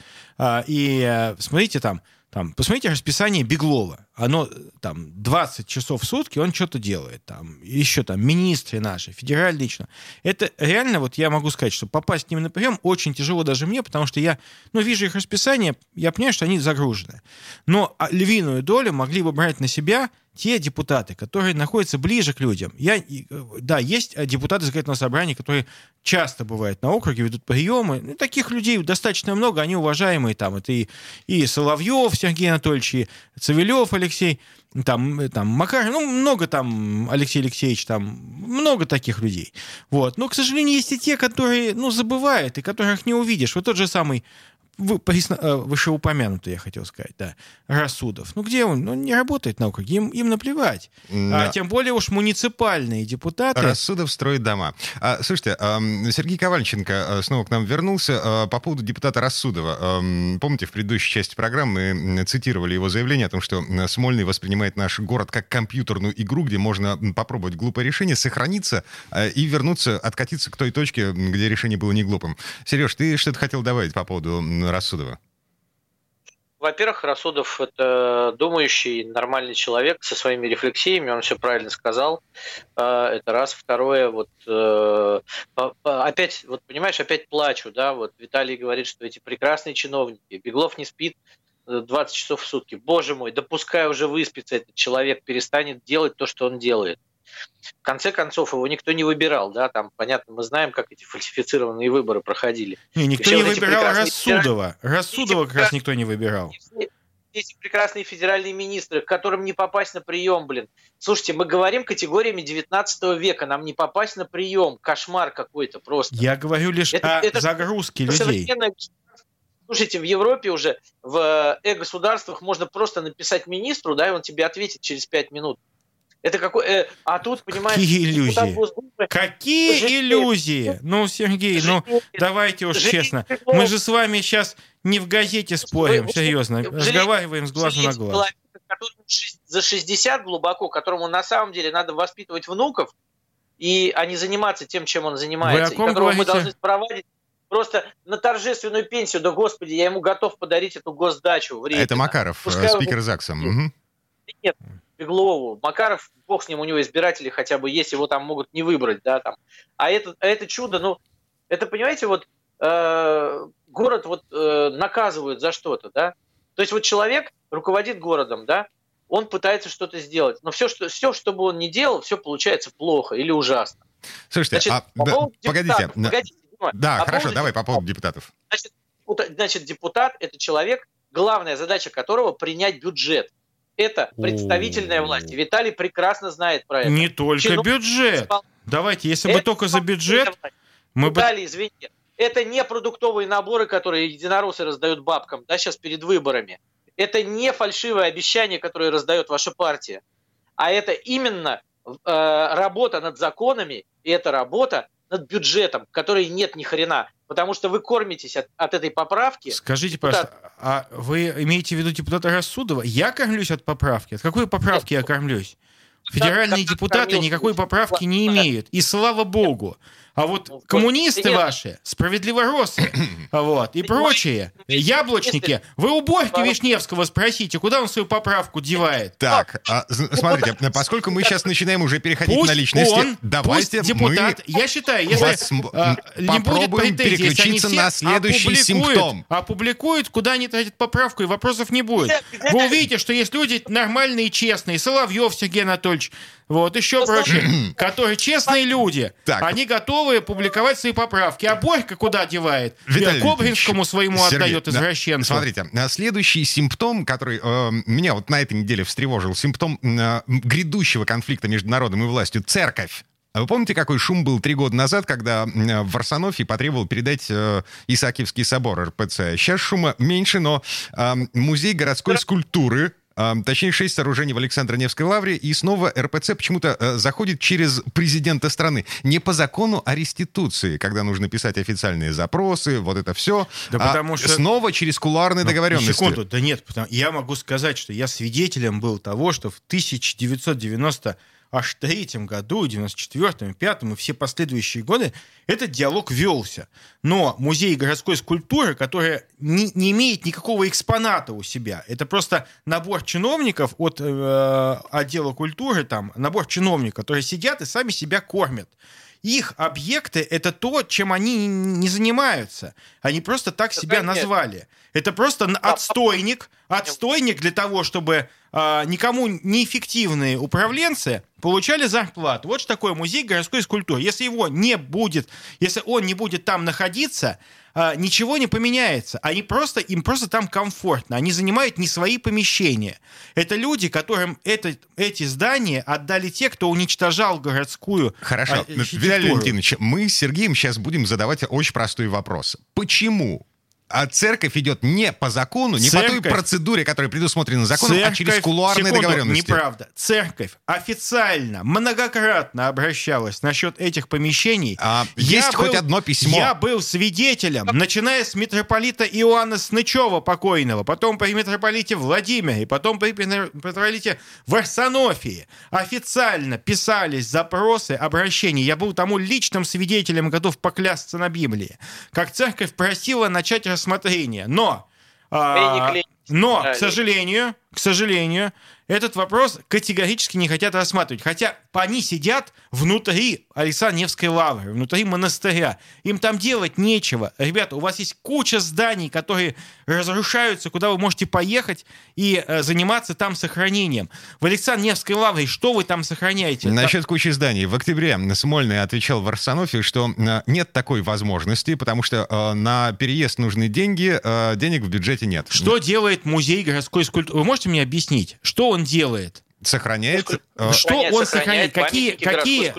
Speaker 4: И смотрите там, там, посмотрите расписание Беглова. Оно там двадцать часов в сутки, он что-то делает. Там, еще там министры наши, федеральные лично. Это реально, вот я могу сказать, что попасть к ним на прием очень тяжело даже мне, потому что я, ну, вижу их расписание, я понимаю, что они загружены. Но львиную долю могли бы брать на себя те депутаты, которые находятся ближе к людям. Я, да, есть депутаты законодательного собрания, которые часто бывают на округе, ведут приемы. Ну, таких людей достаточно много, они уважаемые. Там, это и, и Соловьев Сергей Анатольевич, и Цивилев Алексей, там, там Макар, ну, много там, Алексей Алексеевич, там, много таких людей. Вот. Но, к сожалению, есть и те, которые, ну, забывают, и которых не увидишь. Вот тот же самый вышеупомянутый, я хотел сказать, да, Рассудов. Ну, где он? Ну, не работает на округе, им, им наплевать. Да. А тем более уж муниципальные депутаты.
Speaker 2: Рассудов строит дома. А, слушайте, Сергей Ковальченко снова к нам вернулся. По поводу депутата Рассудова. Помните, в предыдущей части программы мы цитировали его заявление о том, что Смольный воспринимает наш город как компьютерную игру, где можно попробовать глупое решение, сохраниться и вернуться, откатиться к той точке, где решение было не глупым. Сереж, ты что-то хотел добавить по поводу Рассудова?
Speaker 3: Во-первых, Рассудов – это думающий, нормальный человек со своими рефлексиями, он все правильно сказал. Это раз. Второе, вот опять, вот понимаешь, опять плачу, да, вот Виталий говорит, что эти прекрасные чиновники, Беглов не спит двадцать часов в сутки. Боже мой, да пускай уже выспится этот человек, перестанет делать то, что он делает. В конце концов, его никто не выбирал, да, там, понятно, мы знаем, как эти фальсифицированные выборы проходили.
Speaker 4: Не, никто не вот выбирал Рассудова. Федераль... Рассудова как раз никто не выбирал.
Speaker 3: Эти прекрасные федеральные министры, к которым не попасть на прием, блин. Слушайте, мы говорим категориями девятнадцатого века, нам не попасть на прием, кошмар какой-то просто.
Speaker 4: Я говорю лишь это, о это, загрузке это людей.
Speaker 3: Слушайте, в Европе уже, в э-государствах можно просто написать министру, да, и он тебе ответит через пять минут. Это какой... Э, а тут, понимаешь...
Speaker 4: Какие иллюзии? Госдумы, Какие жить, иллюзии? Ну, Сергей, жить, ну, давайте уж жить, честно. Жить, Мы же с вами сейчас не в газете спорим, вы, серьезно. Жить, разговариваем с глазу на глаз.
Speaker 3: Человек, которому за шестьдесят глубоко, которому на самом деле надо воспитывать внуков, и, а не заниматься тем, чем он занимается, и которого
Speaker 4: говорите?
Speaker 3: мы должны проводить просто на торжественную пенсию. Да, господи, я ему готов подарить эту госдачу в Репино.
Speaker 2: Это Макаров,
Speaker 3: Пускай
Speaker 2: спикер
Speaker 3: он...
Speaker 2: ЗАГСа. Угу.
Speaker 3: Нет, Беглову. Макаров, бог с ним, у него избиратели хотя бы есть, его там могут не выбрать, да, там. А это, а это чудо, ну, это, понимаете, вот э, город вот э, наказывают за что-то, да. То есть вот человек руководит городом, да, он пытается что-то сделать, но все, что, все, что бы он ни делал, все получается плохо или ужасно.
Speaker 2: Слушайте,
Speaker 3: Значит,
Speaker 2: а,
Speaker 3: по
Speaker 2: да, погодите,
Speaker 3: погодите Дима,
Speaker 2: да,
Speaker 3: по
Speaker 2: хорошо,
Speaker 3: поводу
Speaker 2: давай по поводу
Speaker 3: депутатов.
Speaker 2: депутатов.
Speaker 3: Значит, значит, депутат – это человек, главная задача которого принять бюджет. Это представительная власть. И Виталий прекрасно знает про это.
Speaker 4: Не только
Speaker 3: Чинов...
Speaker 4: бюджет. Давайте, если
Speaker 3: это
Speaker 4: бы только за бюджет... Мы
Speaker 3: Виталий,
Speaker 4: бы...
Speaker 3: извините, это не продуктовые наборы, которые единороссы раздают бабкам, да, сейчас перед выборами. Это не фальшивое обещание, которое раздает ваша партия. А это именно э, работа над законами, и это работа над бюджетом, в которой нет ни хрена. Потому что вы кормитесь от, от этой поправки.
Speaker 4: Скажите, пожалуйста, а вы имеете в виду депутата Рассудова? Я кормлюсь от поправки? От какой поправки Нет. я кормлюсь? Федеральные как, депутаты как никакой поправки не имеют. И слава богу. А вот ну, коммунисты нет. ваши, справедливоросы, вот, и прочие, яблочники, вы у Борьки Вишневского спросите, куда он свою поправку девает.
Speaker 2: Так, а, смотрите, поскольку мы сейчас начинаем уже переходить
Speaker 4: пусть
Speaker 2: на личности,
Speaker 4: он,
Speaker 2: давайте
Speaker 4: пусть депутат,
Speaker 2: мы
Speaker 4: я считаю, если
Speaker 2: а,
Speaker 4: не будет претензий,
Speaker 2: переключиться на следующий симптом.
Speaker 4: Опубликуют, куда они тратят поправку, и вопросов не будет. Вы увидите, что есть люди нормальные и честные, Соловьев Сергей Анатольевич, вот, еще прочие, которые честные люди, так. они готовы публиковать свои поправки. А Борька куда девает?
Speaker 2: Виталий
Speaker 4: Кобринскому своему
Speaker 2: Сергей,
Speaker 4: отдает извращенцу.
Speaker 2: Смотрите, следующий симптом, который э, меня вот на этой неделе встревожил, симптом э, грядущего конфликта между народом и властью — церковь. Вы помните, какой шум был три года назад, когда в Варсонофий потребовал передать э, Исаакиевский собор эр пэ цэ? Сейчас шума меньше, но э, музей городской скульптуры, точнее, шесть сооружений в Александро-Невской лавре, и снова эр пэ цэ почему-то э, заходит через президента страны. Не по закону, а реституции, когда нужно писать официальные запросы, вот это все.
Speaker 4: Да
Speaker 2: а
Speaker 4: потому что...
Speaker 2: Снова через кулуарные
Speaker 4: ну,
Speaker 2: договоренности.
Speaker 4: Секунду, да нет, потому... я могу сказать, что я свидетелем был того, что в тысяча девятьсот девяносто аж третьем году, девяносто четвёртом, пятом и все последующие годы этот диалог велся. Но музей городской скульптуры, которая не, не имеет никакого экспоната у себя, это просто набор чиновников от э, отдела культуры, там, набор чиновников, которые сидят и сами себя кормят. Их объекты — это то, чем они не занимаются. Они просто так это себя назвали. Это просто отстойник, отстойник для того, чтобы а, никому неэффективные управленцы получали зарплату. Вот что такое музей городской скульптуры. Если его не будет, если он не будет там находиться, а, ничего не поменяется. Они просто, им просто там комфортно. Они занимают не свои помещения. Это люди, которым это, эти здания отдали те, кто уничтожал городскую
Speaker 2: Хорошо.
Speaker 4: архитектуру.
Speaker 2: Виталий Валентинович, мы с Сергеем сейчас будем задавать очень простой вопрос. Почему? А церковь идет не по закону, не церковь, по той процедуре, которая предусмотрена законом, церковь, а через кулуарные секунду, договоренности.
Speaker 4: Неправда. Церковь официально, многократно обращалась насчет этих помещений.
Speaker 2: А есть был, хоть одно письмо?
Speaker 4: Я был свидетелем, начиная с митрополита Иоанна Снычева покойного, потом при митрополите Владимире, потом при митрополите Варсонофии. Официально писались запросы, обращения. Я был тому личным свидетелем, готов поклясться на Библии. Как церковь просила начать рассмотрение. Но, а, но, к сожалению, к сожалению, этот вопрос категорически не хотят рассматривать. Хотя они сидят внутри Александро-Невской лавры, внутри монастыря. Им там делать нечего. Ребята, у вас есть куча зданий, которые разрушаются, куда вы можете поехать и э, заниматься там сохранением. В Александро-Невской лавре что вы там сохраняете?
Speaker 2: Насчет кучи зданий. В октябре Смольный отвечал в Варсонофии, что э, нет такой возможности, потому что э, на переезд нужны деньги, э, денег в бюджете нет.
Speaker 4: Что делает музей городской скульптуры? Вы можете мне объяснить, что он делает?
Speaker 2: Сохраняет.
Speaker 4: Что сохраняет, он сохраняет? Какие, какие,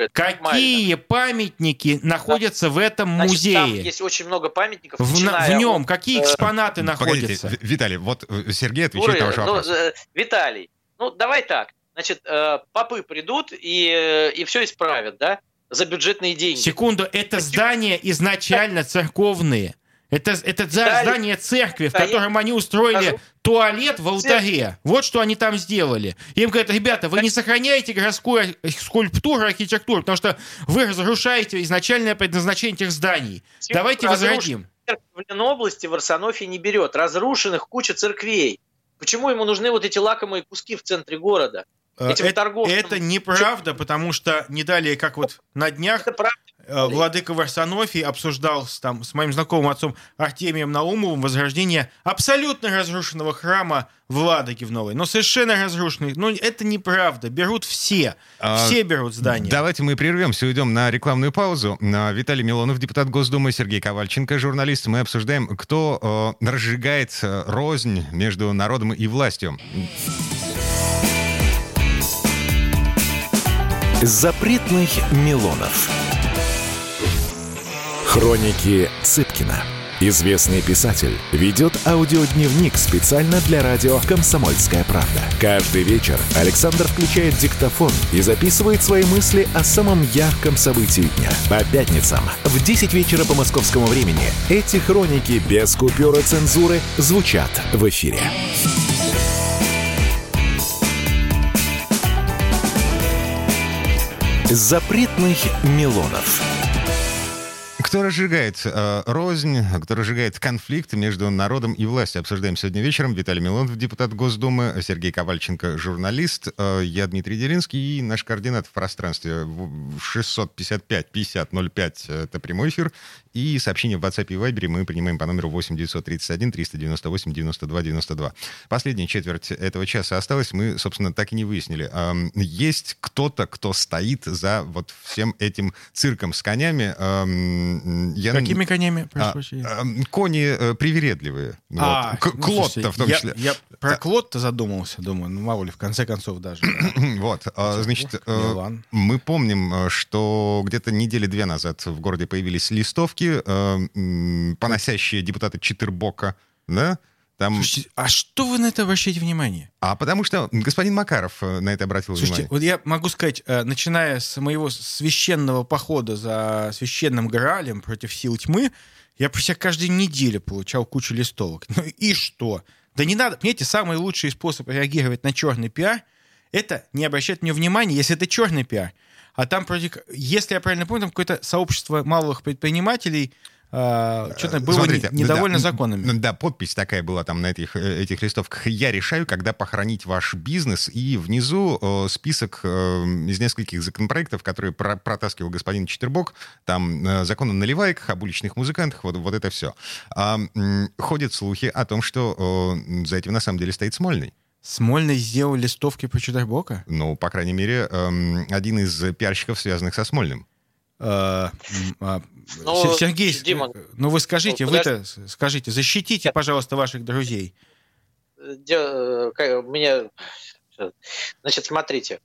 Speaker 4: какие памятники находятся в этом
Speaker 3: Значит,
Speaker 4: музее?
Speaker 3: Там есть очень много памятников.
Speaker 4: В, в нем от, какие экспонаты э, находятся?
Speaker 2: Погодите, Виталий, вот Сергей отвечает на ваш вопрос.
Speaker 3: Ну, э, Виталий, ну давай так. Значит, э, попы придут и, и все исправят, да? За бюджетные деньги.
Speaker 4: Секунду, это здания изначально церковные. Это, это здание церкви, в котором они устроили туалет в алтаре. Вот что они там сделали. Им говорят, ребята, вы не сохраняете городскую скульптуру, архитектуру, потому что вы разрушаете изначальное предназначение этих зданий. Давайте возродим.
Speaker 3: В Ленобласти в Арсенофе не берет. Разрушенных куча церквей. Почему ему нужны вот эти лакомые куски в центре города? Этим
Speaker 4: это,
Speaker 3: торговцам...
Speaker 4: это неправда, потому что не далее, как вот на днях владыка в Арсенофе обсуждал с, там, с моим знакомым отцом Артемием Наумовым возрождение абсолютно разрушенного храма в Ладоге в Новой. Но совершенно разрушенный. Но это неправда. Берут все. А, все берут здания.
Speaker 2: Давайте мы прервемся, уйдем на рекламную паузу. Виталий Милонов, депутат Госдумы, Сергей Ковальченко, журналист. Мы обсуждаем, кто э, разжигает рознь между народом и властью.
Speaker 1: Запретных Милонов. Хроники Цыпкина. Известный писатель ведет аудиодневник специально для радио «Комсомольская правда». Каждый вечер Александр включает диктофон и записывает свои мысли о самом ярком событии дня. По пятницам в десять вечера по московскому времени эти хроники без купюр и цензуры звучат в эфире. Запретных Милонов.
Speaker 2: Кто разжигает э, рознь, кто разжигает конфликт между народом и властью, обсуждаем сегодня вечером. Виталий Милонов, депутат Госдумы, Сергей Ковальченко, журналист, э, я Дмитрий Делинский, и наш координат в пространстве шестьсот пятьдесят пять пятьдесят ноль пять, это прямой эфир, и сообщения в WhatsApp и Viber мы принимаем по номеру восемь девятьсот тридцать один триста девяносто восемь девяносто два девяносто два. Последняя четверть этого часа осталась, мы, собственно, так и не выяснили. Э, есть кто-то, кто стоит за вот всем этим цирком с конями. Э, Я...
Speaker 4: Какими конями?
Speaker 2: А, а, кони э, привередливые.
Speaker 4: А,
Speaker 2: вот. К-
Speaker 4: ну,
Speaker 2: Клод-то
Speaker 4: слушайте,
Speaker 2: в том
Speaker 4: я,
Speaker 2: числе.
Speaker 4: Я про Клод-то задумался, думаю, ну мало ли, в конце концов даже.
Speaker 2: Вот, а, значит, э, мы помним, что где-то недели две назад в городе появились листовки, э, поносящие депутата Читырбока, да? Там...
Speaker 4: Слушайте, а что вы на это обращаете внимание?
Speaker 2: А потому что господин Макаров на это обратил
Speaker 4: Слушайте,
Speaker 2: внимание.
Speaker 4: Вот я могу сказать, начиная с моего священного похода за священным Граалем против сил тьмы, я почти каждую неделю получал кучу листовок. Ну и что? Да не надо. Понимаете, самый лучший способ реагировать на черный пиар — это не обращать на него внимания, если это черный пиар. А там, если я правильно помню, там какое-то сообщество малых предпринимателей... Что-то было
Speaker 2: Смотрите,
Speaker 4: недовольно
Speaker 2: да,
Speaker 4: законами.
Speaker 2: Да, подпись такая была там на этих, этих листовках. Я решаю, когда похоронить ваш бизнес. И внизу э, список э, из нескольких законопроектов, которые про- протаскивал господин Читырбок. Там э, закон о наливайках, об уличных музыкантах, вот, вот это все. А, э, ходят слухи о том, что э, за этим на самом деле стоит Смольный.
Speaker 4: Смольный сделал листовки про Читырбока?
Speaker 2: Ну, по крайней мере, э, один из пиарщиков, связанных со Смольным.
Speaker 4: А, а,
Speaker 3: ну,
Speaker 4: Сергей,
Speaker 3: Дима,
Speaker 4: ну вы скажите,
Speaker 3: ну,
Speaker 4: вы-то скажите, защитите, пожалуйста, ваших друзей.
Speaker 3: Меня... Значит, смотрите.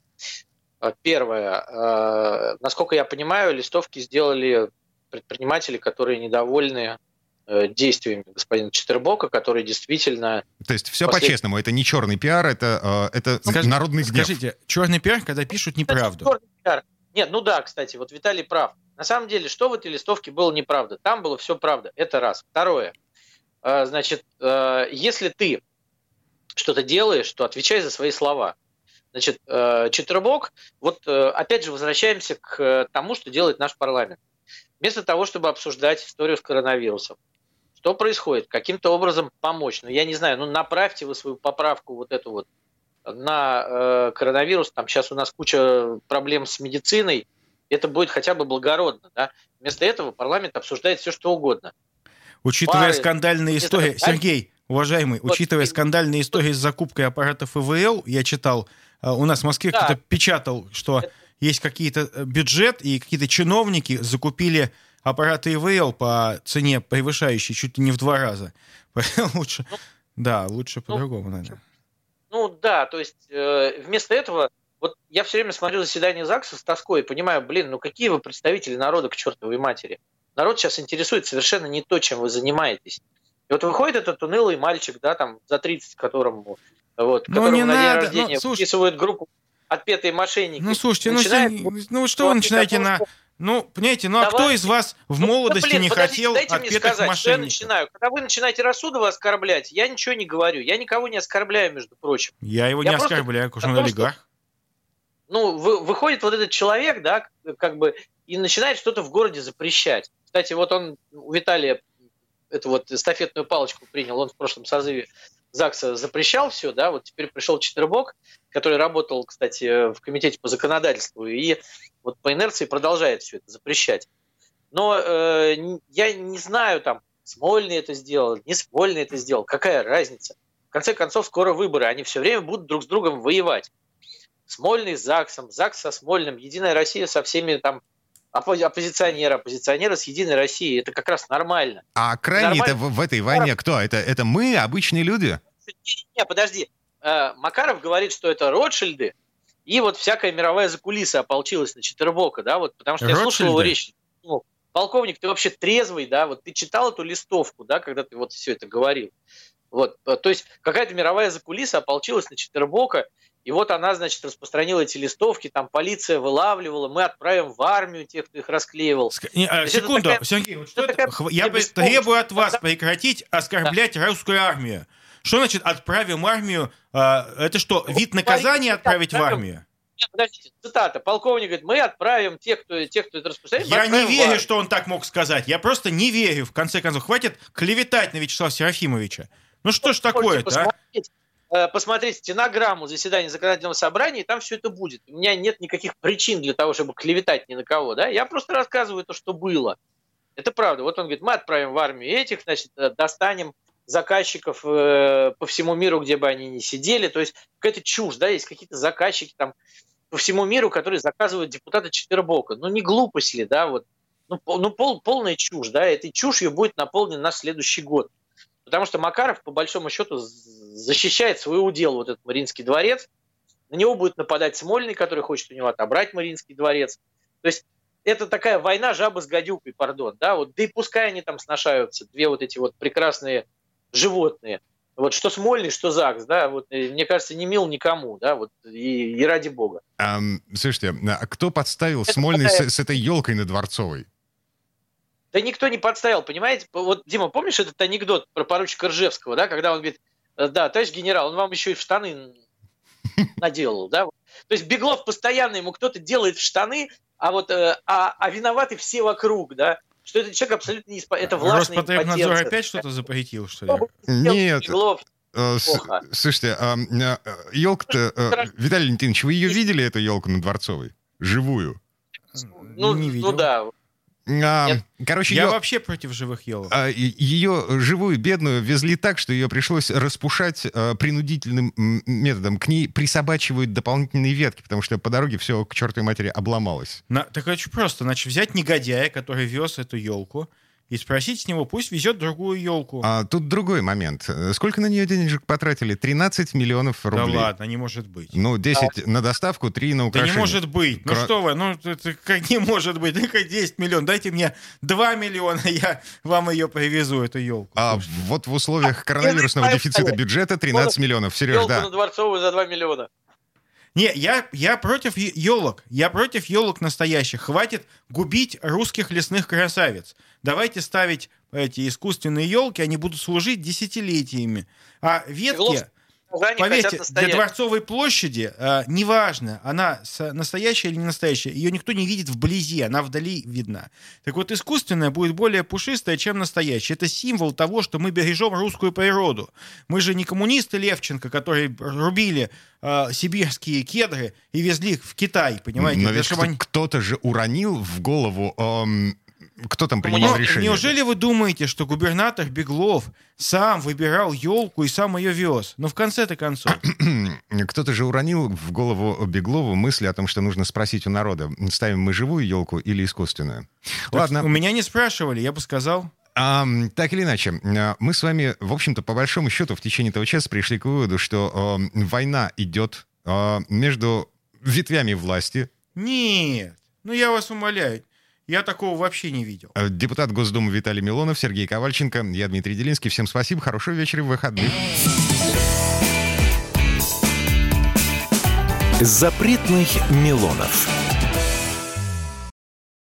Speaker 3: Первое. Насколько я понимаю, листовки сделали предприниматели, которые недовольны действиями господина Читырбока, который действительно...
Speaker 2: То есть все
Speaker 3: послед...
Speaker 2: по-честному, это не черный пиар, это, это
Speaker 4: Скажи,
Speaker 2: народный гнев.
Speaker 4: Скажите, черный пиар, когда пишут неправду?
Speaker 3: Черный пиар. Нет, ну да, кстати, вот Виталий прав. На самом деле, что в этой листовке было неправда? Там было все правда. Это раз. Второе. Значит, если ты что-то делаешь, то отвечай за свои слова. Значит, Читырбок, вот опять же возвращаемся к тому, что делает наш парламент. Вместо того, чтобы обсуждать историю с коронавирусом, что происходит, каким-то образом помочь. Ну, я не знаю, ну направьте вы свою поправку вот эту вот на э, коронавирус, там сейчас у нас куча проблем с медициной, это будет хотя бы благородно, да? Вместо этого парламент обсуждает все, что угодно.
Speaker 4: Учитывая
Speaker 3: Пары,
Speaker 4: скандальные истории, знаю, Сергей, уважаемый, вот, учитывая скандальные истории с закупкой аппаратов ИВЛ, я читал, э, у нас в Москве да. кто-то печатал, что это... есть какие-то бюджет, и какие-то чиновники закупили аппараты ИВЛ по цене, превышающей чуть ли не в два раза. Лучше, ну, да, лучше ну, по-другому, наверное.
Speaker 3: Ну да, то есть э, вместо этого, вот я все время смотрю заседание ЗАГСа с тоской и понимаю, блин, ну какие вы представители народа к чертовой матери. Народ сейчас интересует совершенно не то, чем вы занимаетесь. И вот выходит этот унылый мальчик, да, там за тридцать, которому, вот,
Speaker 4: ну,
Speaker 3: которому на
Speaker 4: надо,
Speaker 3: день рождения
Speaker 4: ну,
Speaker 3: вписывают группу «Отпетые мошенники».
Speaker 4: Ну слушайте, начинает... ну, ну что вы начинаете на... Ну, понимаете, ну а
Speaker 3: Давай.
Speaker 4: кто из вас в молодости
Speaker 3: ну, блин,
Speaker 4: не
Speaker 3: подождите,
Speaker 4: хотел
Speaker 3: дайте мне
Speaker 4: отпетых
Speaker 3: сказать, что я
Speaker 4: мошенников?
Speaker 3: начинаю. Когда вы начинаете Расудова оскорблять, я ничего не говорю. Я никого не оскорбляю, между прочим.
Speaker 4: Я его
Speaker 3: Я
Speaker 4: не
Speaker 3: просто
Speaker 4: оскорбляю, потому что он
Speaker 3: о том,
Speaker 4: олигарх.
Speaker 3: что, ну, вы, выходит вот этот человек, да, как бы, и начинает что-то в городе запрещать. Кстати, вот он, у Виталия эту вот эстафетную палочку принял, он в прошлом созыве ЗАГСа запрещал все, да, вот теперь пришел Четвербок, который работал, кстати, в комитете по законодательству, и вот по инерции продолжает все это запрещать. Но э, я не знаю, там, Смольный это сделал, не Смольный это сделал, какая разница. В конце концов, скоро выборы, они все время будут друг с другом воевать. Смольный с ЗАГСом, ЗАГС со Смольным, Единая Россия со всеми там оппози- оппозиционеры, оппозиционеры с Единой Россией. Это как раз нормально.
Speaker 2: А крайне-то в, в этой войне кто? Это, это мы, обычные люди?
Speaker 3: Не, подожди. Макаров говорит, что это Ротшильды, и вот всякая мировая закулиса ополчилась на Четвербока, да, вот, потому что я слушал его речь. Ну, полковник, ты вообще трезвый, да, вот ты читал эту листовку, да, когда ты вот все это говорил. Вот, то есть какая-то мировая закулиса ополчилась на Четвербока, и вот она, значит, распространила эти листовки, там полиция вылавливала, мы отправим в армию тех, кто их расклеивал.
Speaker 4: Не, а, секунду, такая, Сергей, вот что это? Такая, я требую от вас прекратить оскорблять да. русскую армию. Что значит отправим в армию? Это что, вид наказания отправить в армию?
Speaker 3: Нет, подождите, цитата. Полковник говорит, мы отправим тех, кто, тех, кто это распространяет.
Speaker 4: Я не верю, что он так мог сказать. Я просто не верю. В конце концов, хватит клеветать на Вячеслава Серафимовича. Ну что ж такое-то,
Speaker 3: а? Посмотреть стенограмму заседания законодательного собрания, и там все это будет. У меня нет никаких причин для того, чтобы клеветать ни на кого. Да? Я просто рассказываю то, что было. Это правда. Вот он говорит, мы отправим в армию этих, значит, достанем заказчиков э, по всему миру, где бы они ни сидели. То есть какая-то чушь, да, есть какие-то заказчики там по всему миру, которые заказывают депутата Четвербока. Ну не глупость ли, да, вот. Ну, ну пол, полная чушь, да, этой чушью будет наполнен наш следующий год. Потому что Макаров, по большому счету, защищает свой удел, вот этот Мариинский дворец. На него будет нападать Смольный, который хочет у него отобрать Мариинский дворец. То есть это такая война жабы с гадюкой, пардон. Да? Вот, да и пускай они там сношаются, две вот эти вот прекрасные животные. Вот что Смольный, что ЗАГС, да, вот, мне кажется, не мил никому, да, вот, и, и ради бога.
Speaker 2: А, слушайте, а кто подставил это Смольный такая... с, с этой елкой на Дворцовой?
Speaker 3: Да никто не подставил, понимаете? Вот, Дима, помнишь этот анекдот про поручика Ржевского, да, когда он говорит, да, товарищ генерал, он вам еще и в штаны наделал, да? То есть Беглов постоянно ему кто-то делает в штаны, а вот, а, а виноваты все вокруг, да? Что этот человек абсолютно не исполняет. Это властная импотенция.
Speaker 4: Роспотребнадзор опять что-то запретил, что ли?
Speaker 2: Нет. Слушайте, елка-то... Виталий Леонтьевич, вы ее видели, эту елку на Дворцовой? Живую?
Speaker 3: Ну, не видел. Ну да.
Speaker 2: А, короче,
Speaker 4: я
Speaker 2: ее,
Speaker 4: вообще против живых елок.
Speaker 2: А, ее живую бедную везли так, что ее пришлось распушать а, принудительным методом. К ней присобачивают дополнительные ветки, потому что по дороге все к чертовой матери обломалось.
Speaker 4: На, так очень просто. Значит, взять негодяя, который вез эту елку, и спросить с него, пусть везет другую елку.
Speaker 2: А тут другой момент. Сколько на нее денежек потратили? тринадцать миллионов рублей.
Speaker 4: Да ладно, не может быть.
Speaker 2: Ну, десять а... на доставку, три на украшение.
Speaker 4: Да не может быть. Кро... Ну что вы, ну это как не может быть? Только десять миллионов. Дайте мне два миллиона, я вам ее привезу, эту елку.
Speaker 2: А
Speaker 4: Слушайте.
Speaker 2: Вот в условиях коронавирусного дефицита бюджета тринадцать миллионов. Сереж,
Speaker 3: елку
Speaker 2: да.
Speaker 3: на Дворцовую за два миллиона.
Speaker 4: Не, я, я против елок. Я против елок настоящих. Хватит губить русских лесных красавиц. Давайте ставить эти искусственные елки, они будут служить десятилетиями. А ветки, поверьте, для Дворцовой площади э, неважно, она настоящая или не настоящая, ее никто не видит вблизи, она вдали видна. Так вот, искусственная будет более пушистая, чем настоящая. Это символ того, что мы бережем русскую природу. Мы же не коммунисты Левченко, которые рубили э, сибирские кедры и везли их в Китай, понимаете?
Speaker 2: Но ведь кто-
Speaker 4: они...
Speaker 2: кто-то же уронил в голову... Эм... Кто там принимал
Speaker 4: Но
Speaker 2: решение?
Speaker 4: Неужели вы думаете, что губернатор Беглов сам выбирал елку и сам ее вез? Но в конце-то концов.
Speaker 2: Кто-то же уронил в голову Беглову мысли о том, что нужно спросить у народа, ставим мы живую елку или искусственную.
Speaker 4: Так
Speaker 2: Ладно.
Speaker 4: У меня не спрашивали, я бы сказал.
Speaker 2: А, так или иначе, мы с вами, в общем-то, по большому счету, в течение этого часа пришли к выводу, что э, война идет э, между ветвями власти.
Speaker 4: Нет, ну я вас умоляю. Я такого вообще не видел.
Speaker 2: Депутат Госдумы Виталий Милонов, Сергей Ковальченко, я Дмитрий Делинский. Всем спасибо, хорошего вечера и выходных.
Speaker 1: Запретных Милонов.